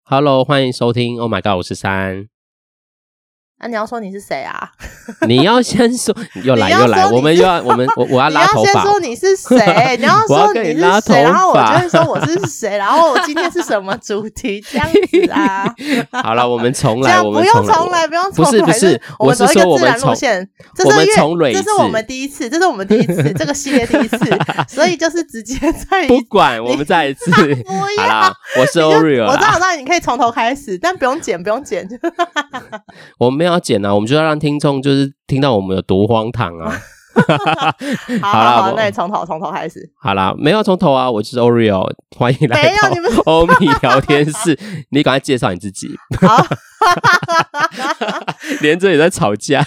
Hello， 欢迎收听 Oh My God， 我是3。 你要说你是谁啊？ 你要先说，又来，我要拉头发。 你要先说你是谁，你要说你是谁，然后我就会说我是谁，然后我今天是什么主题，这样子啊。 好了，我们重来， 不用重来， 不是， 我是说我们路线， 这是我们第一次，这是我们第一次，这个系列第一次，所以就是直接再一次， 不管我们再一次。好啦，我是 Oreo， 我知道你可以从头开始，但不用剪。 我们没有要剪啊，我们就要让听众就是听到我们有多荒唐啊。 好，那你从头开始。 好啦，没有从头啊，我就是 Oreo， 欢迎来到欧米聊天室。你赶快介绍你自己。好，连着也在吵架。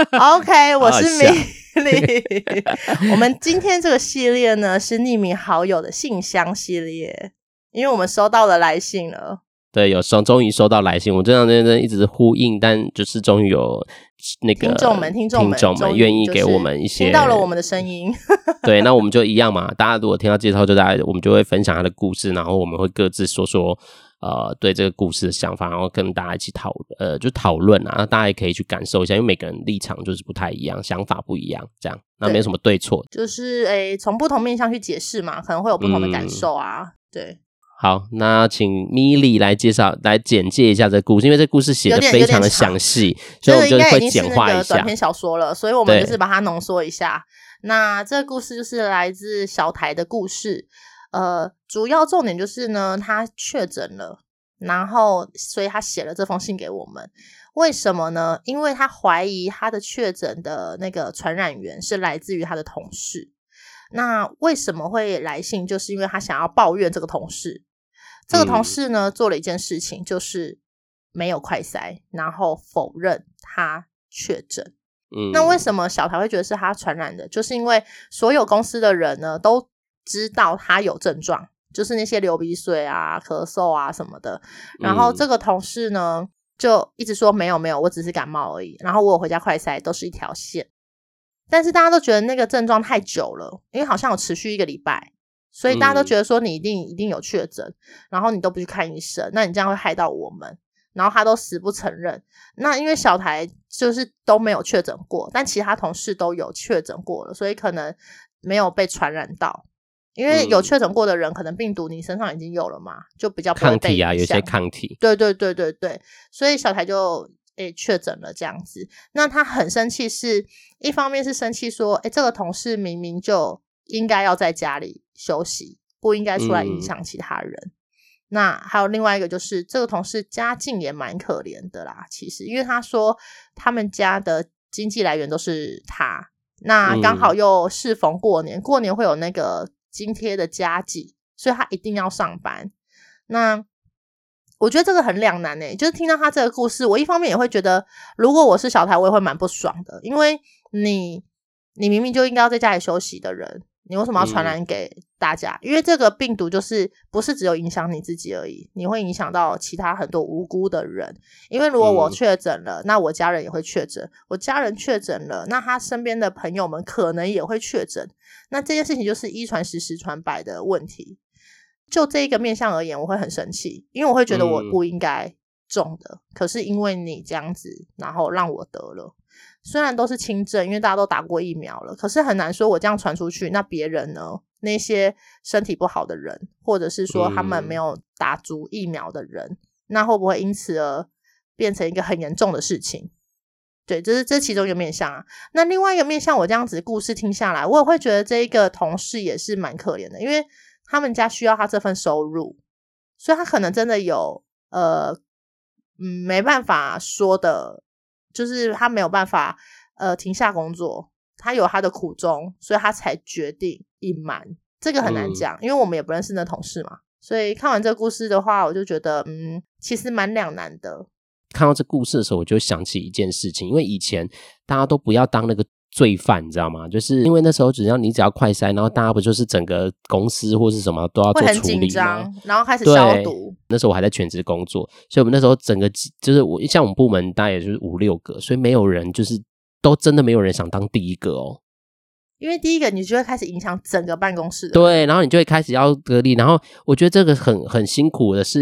OK， 我是米莉。我们今天这个系列呢是匿名好友的信箱系列，因为我们收到了来信了。 对，终于收到来信，我这样一直呼应，但就是终于有那个听众们愿意给我们一些听到了我们的声音。 对，那我们就一样嘛，大家如果听到介绍，我们就会分享他的故事，然后我们会各自说对这个故事的想法，然后跟大家一起讨论啊，大家也可以去感受一下，因为每个人立场就是不太一样，想法不一样，这样那没有什么对错， 就是从不同面向去解释嘛，可能会有不同的感受啊。对。 好，那请米莉来简介一下这个故事，因为这故事写得非常的详细，所以我们就会简化一下。这个应该已经是那个短篇小说了，所以我们就是把它浓缩一下。那这个故事就是来自小台的故事，主要重点就是呢，他确诊了，然后所以他写了这封信给我们。为什么呢？因为他怀疑他的确诊的那个传染源是来自于他的同事。那为什么会来信？就是因为他想要抱怨这个同事。这个同事呢，做了一件事情，就是没有快筛，然后否认他确诊。那为什么小台会觉得是他传染的？就是因为所有公司的人呢都知道他有症状，就是那些流鼻水啊、咳嗽啊什么的。然后这个同事呢就一直说没有，我只是感冒而已。然后我有回家快筛，都是一条线。但是大家都觉得那个症状太久了，因为好像有持续1个礼拜。所以大家都觉得说你一定有确诊，然后你都不去看医生，那你这样会害到我们。然后他都死不承认。那因为小台就是都没有确诊过，但其他同事都有确诊过了，所以可能没有被传染到。因为有确诊过的人，可能病毒你身上已经有了嘛，就比较不会被抗体啊，有些抗体。 对，所以小台就确诊了这样子。那他很生气，是一方面是生气说这个同事明明就应该要在家里休息，不应该出来影响其他人。那还有另外一个就是这个同事家境也蛮可怜的啦，其实因为他说他们家的经济来源都是他，那刚好又适逢过年会有那个津贴的加给，所以他一定要上班。那我觉得这个很两难就是听到他这个故事，我一方面也会觉得如果我是小台我也会蛮不爽的，因为你明明就应该要在家里休息的人，你为什么要传染给大家？因为这个病毒就是不是只有影响你自己而已，你会影响到其他很多无辜的人。因为如果我确诊了，那我家人也会确诊，我家人确诊了，那他身边的朋友们可能也会确诊，那这件事情就是一传十十传百的问题。就这一个面向而言，我会很生气，因为我会觉得我不应该中的，可是因为你这样子，然后让我得了。虽然都是轻症，因为大家都打过疫苗了，可是很难说我这样传出去，那别人呢？那些身体不好的人，或者是说他们没有打足疫苗的人，那会不会因此而变成一个很严重的事情？对，这其中一个面向啊。那另外一个面向，我这样子故事听下来，我也会觉得这一个同事也是蛮可怜的，因为他们家需要他这份收入，所以他可能真的有没办法说的，就是他没有办法停下工作，他有他的苦衷，所以他才决定隐瞒。这个很难讲，因为我们也不认识那同事嘛。所以看完这个故事的话，我就觉得其实蛮两难的。 看到这故事的时候，我就想起一件事情，因为以前大家都不要当那个罪犯，你知道吗？就是因为那时候只要快筛，然后大家不就是整个公司或是什么都要做处理吗？会很紧张， 然后开始消毒。 那时候我还在全职工作，所以我们那时候整个就是像我们部门大概也就是5-6个，所以没有人就是都真的没有人想当第一个哦。 因为第一个你就会开始影响整个办公室的。 对，然后你就会开始要隔离，然后我觉得这个很辛苦的是，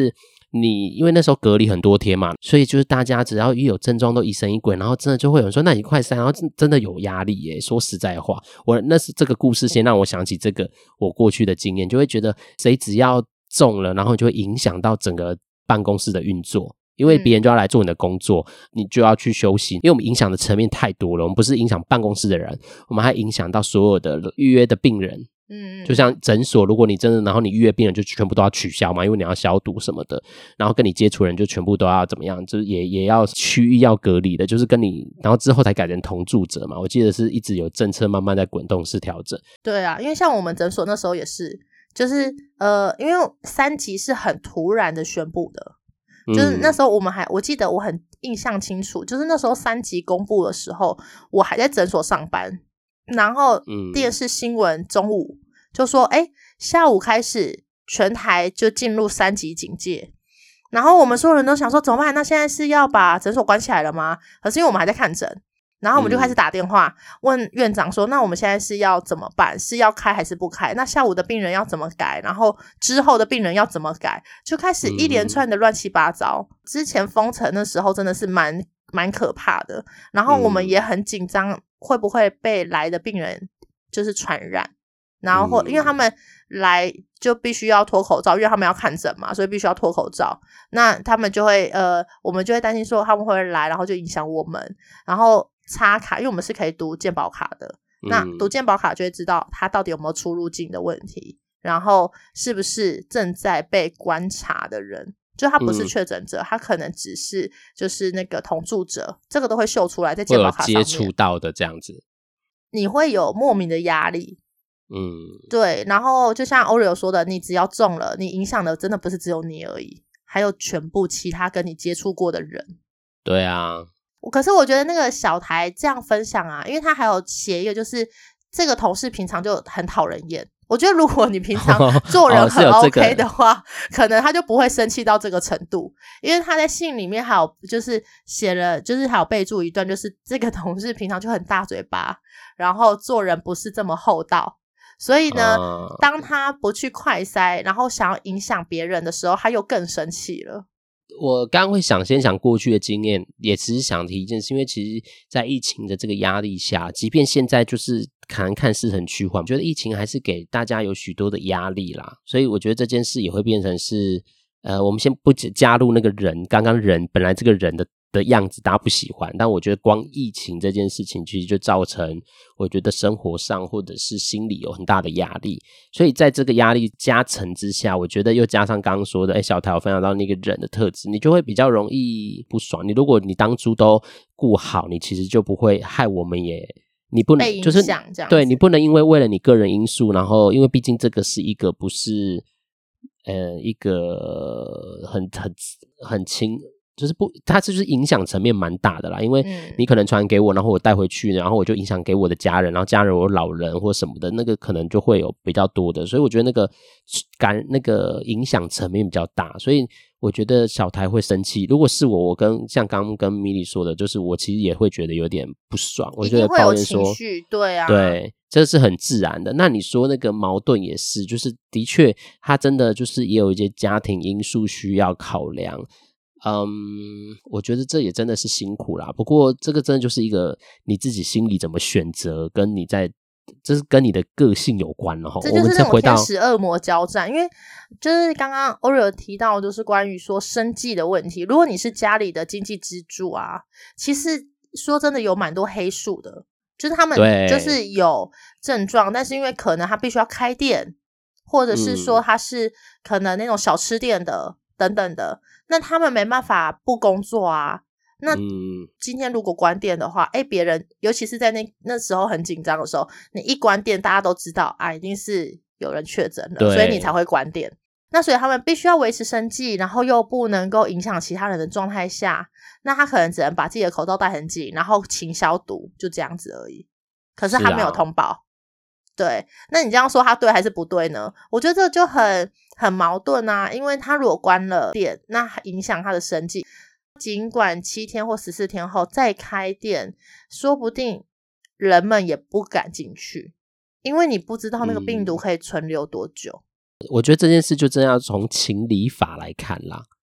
你因为那时候隔离很多天嘛，所以就是大家只要一有症状都疑神疑鬼，然后真的就会有人说那你快筛，然后真的有压力耶。说实在话，那是这个故事先让我想起这个我过去的经验，就会觉得谁只要中了，然后就会影响到整个办公室的运作，因为别人就要来做你的工作，你就要去休息，因为我们影响的层面太多了，我们不是影响办公室的人，我们还影响到所有的预约的病人。就像诊所，如果你真的然后你预约病人就全部都要取消嘛，因为你要消毒什么的，然后跟你接触人就全部都要怎么样，就是也要区域要隔离的，就是跟你，然后之后才改成同住者嘛，我记得是一直有政策慢慢在滚动式调整。 对啊，因为像我们诊所那时候也是，就是因为3级是很突然的宣布的，就是那时候我记得我很印象清楚，就是那时候3级公布的时候，我还在诊所上班，然后电视新闻中午就说下午开始全台就进入3级警戒，然后我们所有人都想说怎么办，那现在是要把诊所关起来了吗？可是因为我们还在看诊，然后我们就开始打电话问院长说那我们现在是要怎么办，是要开还是不开，那下午的病人要怎么改，然后之后的病人要怎么改，就开始一连串的乱七八糟。之前封城的时候真的是蛮可怕的，然后我们也很紧张会不会被来的病人就是传染，然后因为他们来就必须要脱口罩，因为他们要看诊嘛，所以必须要脱口罩，那他们就会我们就会担心说他们会来，然后就影响我们，然后插卡，因为我们是可以读健保卡的，那读健保卡就会知道他到底有没有出入境的问题，然后是不是正在被观察的人，就他不是确诊者，他可能只是就是那个同住者，这个都会秀出来在健保卡上面， 会有接触到的这样子， 你会有莫名的压力。对，然后就像 Oreo 说的，你只要中了，你影响的真的不是只有你而已，还有全部其他跟你接触过的人。 对啊， 可是我觉得那个小台这样分享啊，因为他还有写一个，就是这个同事平常就很讨人厌，我觉得如果你平常做人很 OK 的话可能他就不会生气到这个程度，因为他在信里面还有就是写了，就是还有备注一段，就是这个同事平常就很大嘴巴，然后做人不是这么厚道，所以呢当他不去快筛，然后想要影响别人的时候，他又更生气了。 我刚刚会先想过去的经验，也只是想提一件事，因为其实在疫情的这个压力下，即便现在就是看似很趋缓，我觉得疫情还是给大家有许多的压力啦，所以我觉得这件事也会变成是我们先不加入那个人，刚刚人本来这个人的样子大家不喜欢，但我觉得光疫情这件事情其实就造成我觉得生活上或者是心理有很大的压力，所以在这个压力加成之下，我觉得又加上刚刚说的小台我分享到那个人的特质，你就会比较容易不爽，你如果你当初都顾好，你其实就不会害我们也你不能被影响这样子， 对，你不能因为了你个人因素，然后因为毕竟这个是一个不是一个很轻，就是它就是影响层面蛮大的啦，因为你可能传给我，然后我带回去，然后我就影响给我的家人，然后家人有老人或什么的，那个可能就会有比较多的，所以我觉得那个影响层面比较大，所以我觉得小台会生气。如果是我像刚刚跟米莉说的，就是我其实也会觉得有点不爽，我觉得抱怨说， 一定会有情绪，对啊， 对，这是很自然的。那你说那个矛盾也是，就是的确他真的就是也有一些家庭因素需要考量。我觉得这也真的是辛苦啦，不过这个真的就是一个你自己心里怎么选择，跟你这是跟你的个性有关了。 这就是那种天使恶魔交战，因为就是刚刚 Oreo 提到就是关于说生计的问题，如果你是家里的经济支柱啊，其实说真的有蛮多黑数的，就是他们就是有症状，但是因为可能他必须要开店，或者是说他是可能那种小吃店的等等的，那他们没办法不工作啊。那今天如果关店的话，别人尤其是在那时候很紧张的时候，你一关店大家都知道一定是有人确诊了，所以你才会关店。那所以他们必须要维持生计，然后又不能够影响其他人的状态下，那他可能只能把自己的口罩戴很紧，然后勤消毒，就这样子而已。可是他没有通报，对，那你这样说他对还是不对呢？我觉得这就很矛盾啊，因为他如果关了店，那影响他的生计，尽管7天或14天后再开店，说不定人们也不敢进去，因为你不知道那个病毒可以存留多久。 我觉得这件事就真的要从情理法来看啦，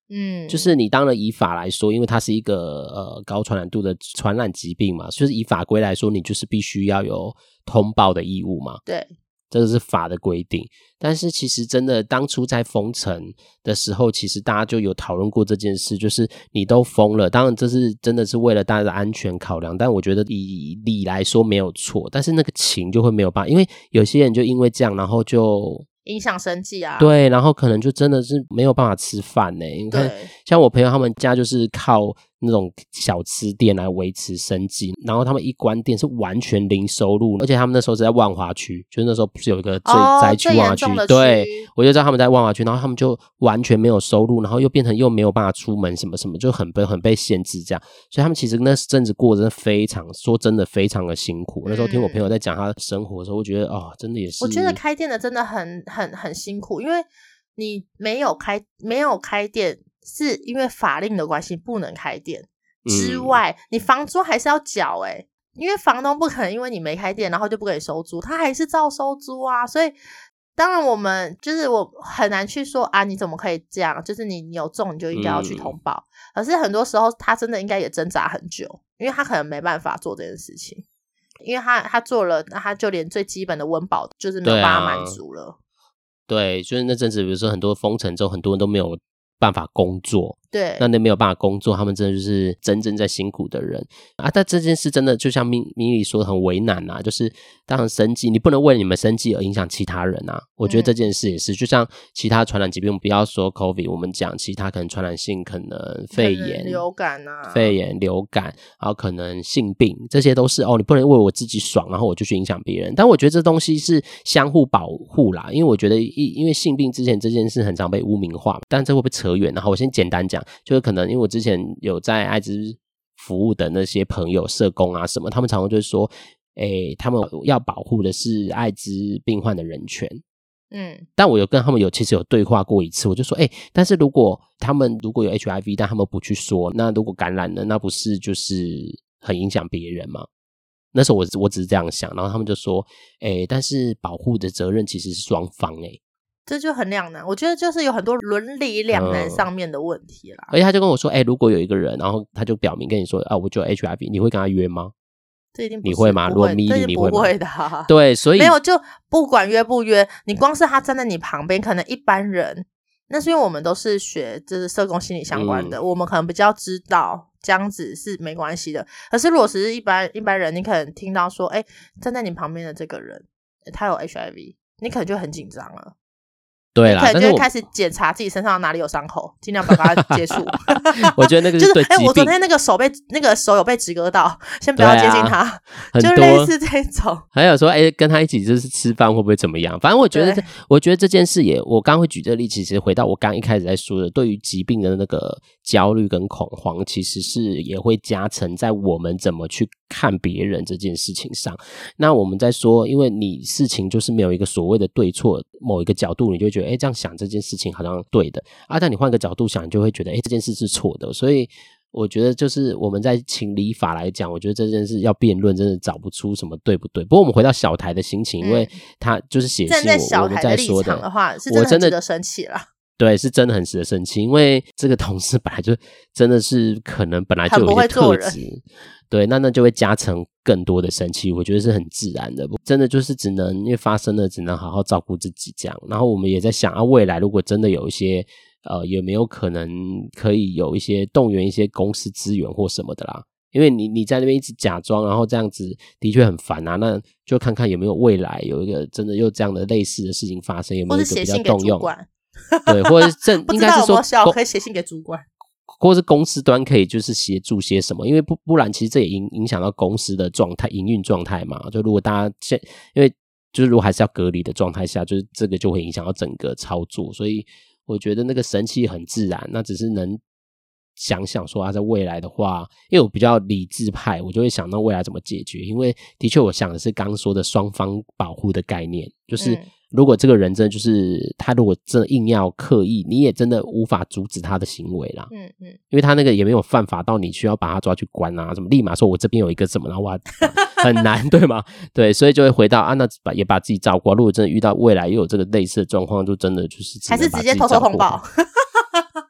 就是你当然以法来说，因为它是一个高传染度的传染疾病嘛，就是以法规来说，你就是必须要有通报的义务嘛。 对， 这个是法的规定。但是其实真的当初在封城的时候，其实大家就有讨论过这件事，就是你都封了，当然这是真的是为了大家的安全考量，但我觉得以理来说没有错，但是那个情就会没有办法，因为有些人就因为这样然后就影响生计啊。 对，然后可能就真的是没有办法吃饭呢。你看像我朋友他们家就是靠那种小吃店来维持生计，然后他们一关店是完全零收入，而且他们那时候是在万华区，就是那时候不是有一个灾区万华区，对，我就知道他们在万华区，然后他们就完全没有收入，然后又变成又没有办法出门什么什么，就很被限制这样，所以他们其实那阵子过得真的非常，说真的非常的辛苦。那时候听我朋友在讲他的生活的时候，我觉得哦，真的也是， 我觉得开店的真的很辛苦，因为你没有开店是因为法令的关系不能开店之外，你房租还是要缴因为房东不可能因为你没开店然后就不给你收租，他还是照收租啊。所以当然我们就是我很难去说啊你怎么可以这样，就是你有中你就应该要去通报，可是很多时候他真的应该也挣扎很久，因为他可能没办法做这件事情，因为他做了，他就连最基本的温饱就是没有办法满足了。 对，就是那阵子比如说很多封城之后，很多人都没有办法工作， 对， 那没有办法工作，他们真的就是真正在辛苦的人啊。但这件事真的就像米莉说的很为难啊，就是当然生计你不能为了你们生计而影响其他人啊。我觉得这件事也是，就像其他传染疾病，我们不要说 COVID， 我们讲其他可能传染性，可能肺炎、 流感啊， 肺炎、流感，然后可能性病，这些都是你不能为我自己爽，然后我就去影响别人。但我觉得这东西是相互保护啦，因为我觉得因为性病之前这件事很常被污名化，但这会不会扯远？然后我先简单讲，就是可能因为我之前有在艾滋服务的那些朋友社工啊什么，他们常常就是说他们要保护的是艾滋病患的人权。但我有跟他们其实有对话过一次，我就说但是如果他们如果有 HIV 但他们不去说，那如果感染了，那不是就是很影响别人吗？那时候我只是这样想，然后他们就说但是保护的责任其实是双方这就很两难，我觉得就是有很多伦理两难上面的问题啦。 而且他就跟我说如果有一个人然后他就表明跟你说我就有 HIV， 你会跟他约吗？ 这一定不是， 你会吗？如果米莉你会吗？ 不会的啊。 对，所以没有，就不管约不约，你光是他站在你旁边，可能一般人，那是因为我们都是学就是社工心理相关的，我们可能比较知道这样子是没关系的。可是如果是一般人，你可能听到说站在你旁边的这个人他有 HIV， 你可能就很紧张了。 对啦， 你可能就会开始检查自己身上哪里有伤口，尽量不要跟他接触。 我觉得那个是对疾病。 我昨天那个手有被直割到，先不要接近他，就类似这种。 还有说，跟他一起就是吃饭会不会怎么样？反正我觉得这件事我刚会举这个例，其实回到我刚一开始在说的，对于疾病的那个焦虑跟恐慌，其实是也会加成在我们怎么去看别人这件事情上。那我们在说，因为你事情就是没有一个所谓的对错，某一个角度你就会觉得这样想这件事情好像对的但你换个角度想，你就会觉得这件事是错的。所以我觉得就是我们在情理法来讲，我觉得这件事要辩论真的找不出什么对不对。不过我们回到小台的心情，因为他就是写信站在小台的立场的话，是真的很值得生气啦。 对，是真的很值得生气，因为这个同事本来就真的是可能本来就有一些特质，对，那就会加成更多的生气，我觉得是很自然的。真的就是因为发生了，只能好好照顾自己这样。然后我们也在想未来如果真的有一些有没有可能可以有一些动员一些公司资源或什么的啦。因为你在那边一直假装，然后这样子的确很烦啊。那就看看有没有未来有一个真的又这样的类似的事情发生，有没有一个比较动用。对，或者是应该是说可以写信给主管， 或是公司端可以就是协助些什么，因为不然其实这也影响到公司的状态、营运状态嘛。就如果大家因为就是如果还是要隔离的状态下，就是这个就会影响到整个操作，所以我觉得那个生气很自然，那只是能想想说在未来的话，因为我比较理智派，我就会想到未来怎么解决。因为的确我想的是刚刚说的双方保护的概念，就是如果这个人真的就是他如果真的硬要刻意，你也真的无法阻止他的行为啦。因为他那个也没有犯法到你需要把他抓去关啊，什么立马说我这边有一个什么，然后很难对吗？对，所以就会回到那也把自己照顾。如果真的遇到未来又有这个类似的状况，就真的就是还是直接偷偷通报。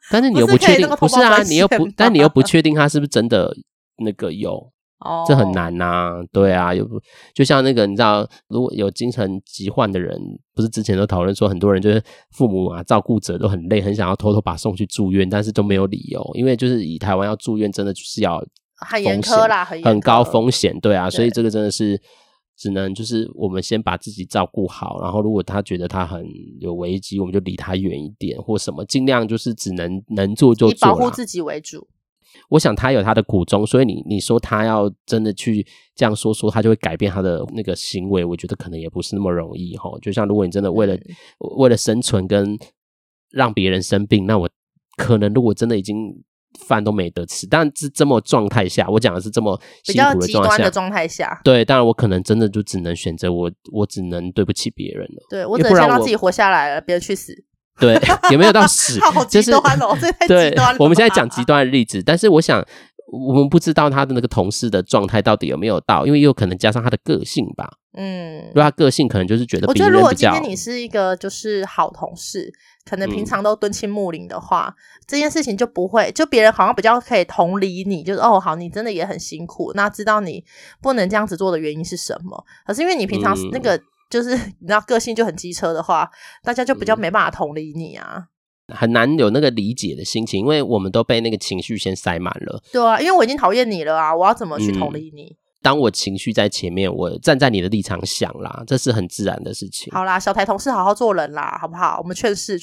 但是你又不确定，不是啊，但你又不确定他是不是真的那个有。这很难啊，对啊，就像那个你知道，如果有精神疾患的人，不是之前都讨论说很多人就是父母啊照顾者都很累，很想要偷偷把他送去住院，但是都没有理由，因为就是以台湾要住院真的就是要很严苛啦， 很高风险，对啊，所以这个真的是只能就是我们先把自己照顾好，然后如果他觉得他很有危机，我们就离他远一点或什么，尽量就是只能做就做啦， 以保护自己为主。 我想他有他的苦衷，所以你说他要真的去这样说他就会改变他的那个行为，我觉得可能也不是那么容易齁。就像如果你真的为了生存跟让别人生病，那我可能如果真的已经饭都没得吃，但是这么状态下，我讲的是这么辛苦的状态下，比较极端的状态下， 对，当然我可能真的就只能选择我只能对不起别人了， 对，我只能先让自己活下来了，别人去死。 对，也没有到死， 好极端哦，这太极端了。 我们现在讲极端的例子，但是我想我们不知道他的那个同事的状态到底有没有到，因为也有可能加上他的个性吧。如果他个性可能就是觉得别人比较，我觉得如果今天你是一个就是好同事，可能平常都敦亲睦邻的话，这件事情就不会，就别人好像比较可以同理你，就是哦好，你真的也很辛苦，那知道你不能这样子做的原因是什么。可是因为你平常那个就是你知道个性就很机车的话，大家就比较没办法同理你啊， 很难有那个理解的心情，因为我们都被那个情绪先塞满了。 对啊，因为我已经讨厌你了啊，我要怎么去同理你？ 当我情绪在前面，我站在你的立场想啦，这是很自然的事情。 好啦，小台同事好好做人啦，好不好？我们劝世。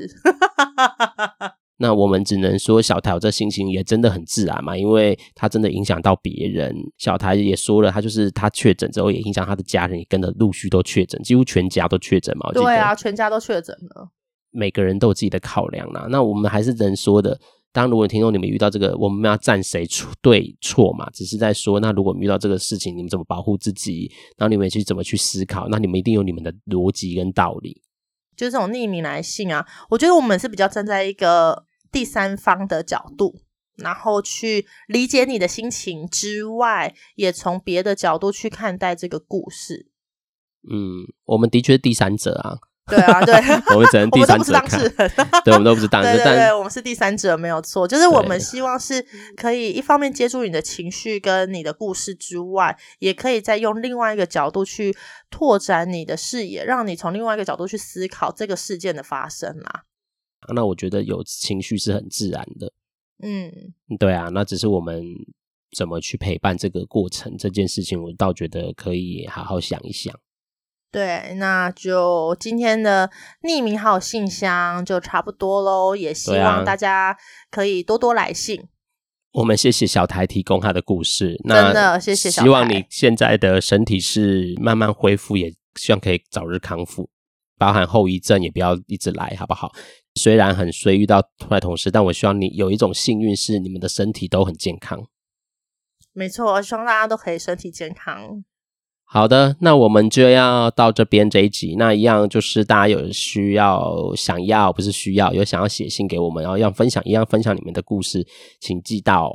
那我们只能说小台有这心情也真的很自然嘛，因为他真的影响到别人。小台也说了，他就是他确诊之后也影响他的家人，也跟着陆续都确诊，几乎全家都确诊嘛。我记得对啊，全家都确诊了。 每个人都有自己的考量啦。那我们还是能说的，当如果听众你们遇到这个，我们要站谁对错嘛，只是在说那如果遇到这个事情，你们怎么保护自己，然后你们去怎么去思考，那你们一定有你们的逻辑跟道理。 就是这种匿名来信啊，我觉得我们是比较站在一个第三方的角度，然后去理解你的心情之外，也从别的角度去看待这个故事。 我们的确是第三者啊。 对啊，对， 我们只能第三者看，对，我们都不是当事人， 对，我们是第三者，没有错。就是我们希望是可以一方面接住你的情绪跟你的故事之外，也可以再用另外一个角度去拓展你的视野，让你从另外一个角度去思考这个事件的发生啦。 那我觉得有情绪是很自然的，对啊，那只是我们怎么去陪伴这个过程，这件事情我倒觉得可以好好想一想。 对，那就今天的匿名好信箱就差不多咯，也希望大家可以多多来信。 我们谢谢小台提供他的故事， 真的谢谢小台。 希望你现在的身体是慢慢恢复，也希望可以早日康复，包含后遗症也不要一直来，好不好？虽然很衰遇到坏同事，但我希望你有一种幸运是你们的身体都很健康。 没错，希望大家都可以身体健康。 好的，那我们就要到这边这一集。那一样就是大家有需要想要不是需要有想要写信给我们，然后要分享一样分享你们的故事，请寄到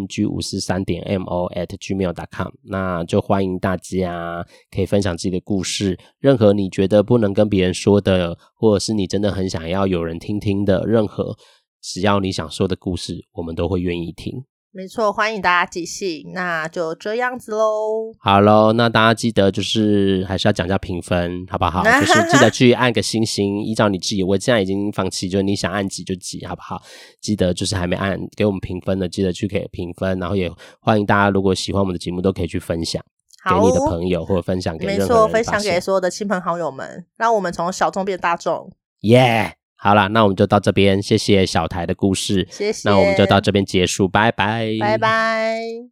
omg543.mo@gmail.com。 那就欢迎大家可以分享自己的故事，任何你觉得不能跟别人说的，或者是你真的很想要有人听听的，任何只要你想说的故事，我们都会愿意听。 没错，欢迎大家寄信，那就这样子咯。 好咯，那大家记得就是还是要讲一下评分好不好？就是记得去按个星星，依照你自己，我现在已经放弃，就是你想按几就几好不好？记得就是还没按给我们评分的，记得去给评分，然后也欢迎大家如果喜欢我们的节目都可以去分享给你的朋友，或者分享给任何人。 没错，分享给所有的亲朋好友们，让我们从小众变大众。 耶、好啦，那我们就到这边，谢谢小台的故事， 谢谢， 那我们就到这边结束，拜拜， 拜拜。